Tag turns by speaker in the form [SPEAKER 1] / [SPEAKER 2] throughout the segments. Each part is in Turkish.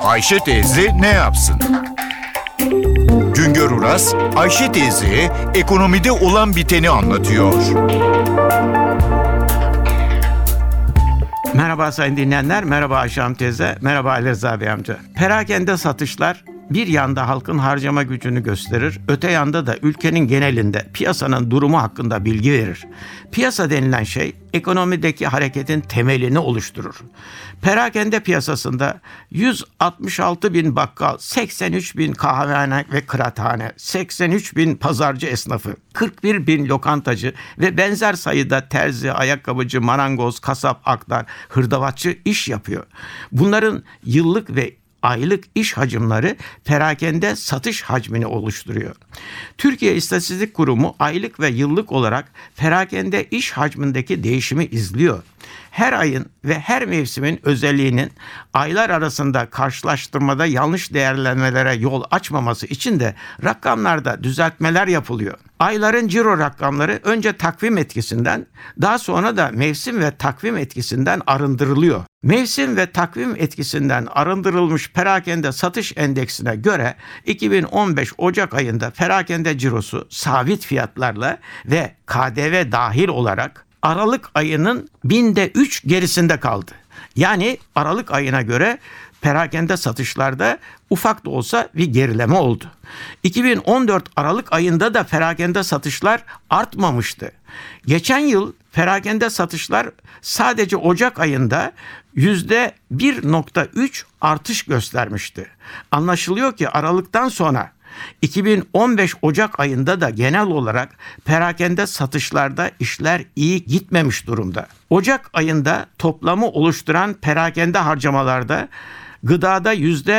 [SPEAKER 1] Ayşe teyze ne yapsın? Güngör Uras, Ayşe teyze ekonomide olan biteni anlatıyor.
[SPEAKER 2] Merhaba sayın dinleyenler, merhaba Ayşe Hanım teyze, merhaba Ali Rıza Bey amca. Perakende satışlar bir yanda halkın harcama gücünü gösterir, öte yanda da ülkenin genelinde piyasanın durumu hakkında bilgi verir. Piyasa denilen şey ekonomideki hareketin temelini oluşturur. Perakende piyasasında 166 bin bakkal, 83 bin kahvehane ve kıraathane, 83 bin pazarcı esnafı, 41 bin lokantacı ve benzer sayıda terzi, ayakkabıcı, marangoz, kasap, aktar, hırdavatçı iş yapıyor. Bunların yıllık ve aylık iş hacimleri perakende satış hacmini oluşturuyor. Türkiye İstatistik Kurumu aylık ve yıllık olarak perakende iş hacmindeki değişimi izliyor. Her ayın ve her mevsimin özelliğinin aylar arasında karşılaştırmada yanlış değerlenmelere yol açmaması için de rakamlarda düzeltmeler yapılıyor. Ayların ciro rakamları önce takvim etkisinden, daha sonra da mevsim ve takvim etkisinden arındırılıyor. Mevsim ve takvim etkisinden arındırılmış perakende satış endeksine göre 2015 Ocak ayında perakende cirosu sabit fiyatlarla ve KDV dahil olarak Aralık ayının 3 gerisinde kaldı. Yani Aralık ayına göre perakende satışlarda ufak da olsa bir gerileme oldu. 2014 Aralık ayında da perakende satışlar artmamıştı. Geçen yıl perakende satışlar sadece Ocak ayında %1.3 artış göstermişti. Anlaşılıyor ki Aralık'tan sonra 2015 Ocak ayında da genel olarak perakende satışlarda işler iyi gitmemiş durumda. Ocak ayında toplamı oluşturan perakende harcamalarda gıdada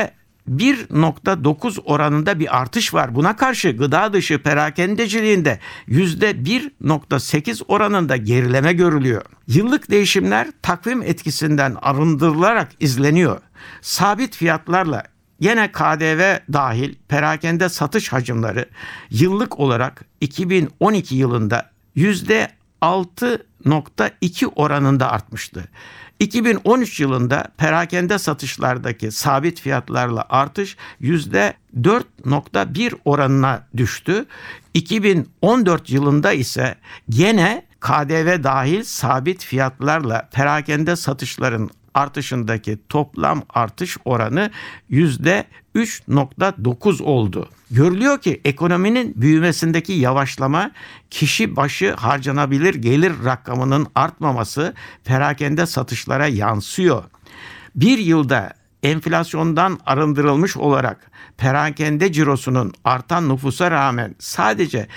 [SPEAKER 2] %1.9 oranında bir artış var. Buna karşı gıda dışı perakendeciliğinde %1.8 oranında gerileme görülüyor. Yıllık değişimler takvim etkisinden arındırılarak izleniyor. Sabit fiyatlarla yine KDV dahil perakende satış hacimleri yıllık olarak 2012 yılında %6.2 oranında artmıştı. 2013 yılında perakende satışlardaki sabit fiyatlarla artış %4.1 oranına düştü. 2014 yılında ise gene KDV dahil sabit fiyatlarla perakende satışların artışındaki toplam artış oranı %3.9 oldu. Görülüyor ki ekonominin büyümesindeki yavaşlama, kişi başı harcanabilir gelir rakamının artmaması perakende satışlara yansıyor. Bir yılda enflasyondan arındırılmış olarak perakende cirosunun artan nüfusa rağmen sadece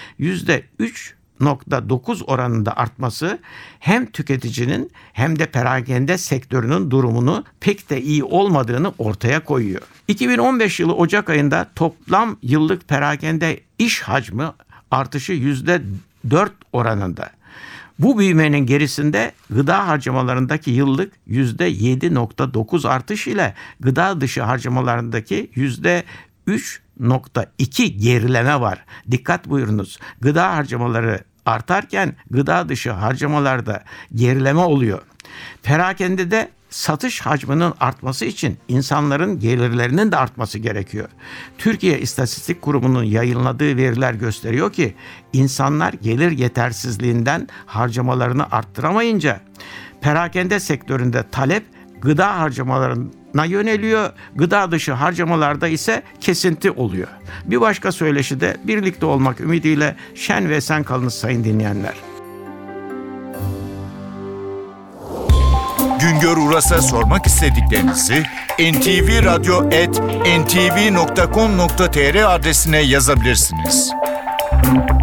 [SPEAKER 2] %3.9 oranında artması hem tüketicinin hem de perakende sektörünün durumunu pek de iyi olmadığını ortaya koyuyor. 2015 yılı Ocak ayında toplam yıllık perakende iş hacmi artışı %4 oranında. Bu büyümenin gerisinde gıda harcamalarındaki yıllık %7.9 artış ile gıda dışı harcamalarındaki %3.2 gerileme var. Dikkat buyurunuz. Gıda harcamaları artarken gıda dışı harcamalarda gerileme oluyor. Perakendede satış hacminin artması için insanların gelirlerinin de artması gerekiyor. Türkiye İstatistik Kurumu'nun yayınladığı veriler gösteriyor ki insanlar gelir yetersizliğinden harcamalarını arttıramayınca perakende sektöründe talep gıda harcamalarına yöneliyor. Gıda dışı harcamalarda ise kesinti oluyor. Bir başka söyleşide birlikte olmak ümidiyle şen ve esen kalınız sayın dinleyenler.
[SPEAKER 1] Güngör Uras'a sormak istediklerinizi ntvradyo@ntv.com.tr adresine yazabilirsiniz.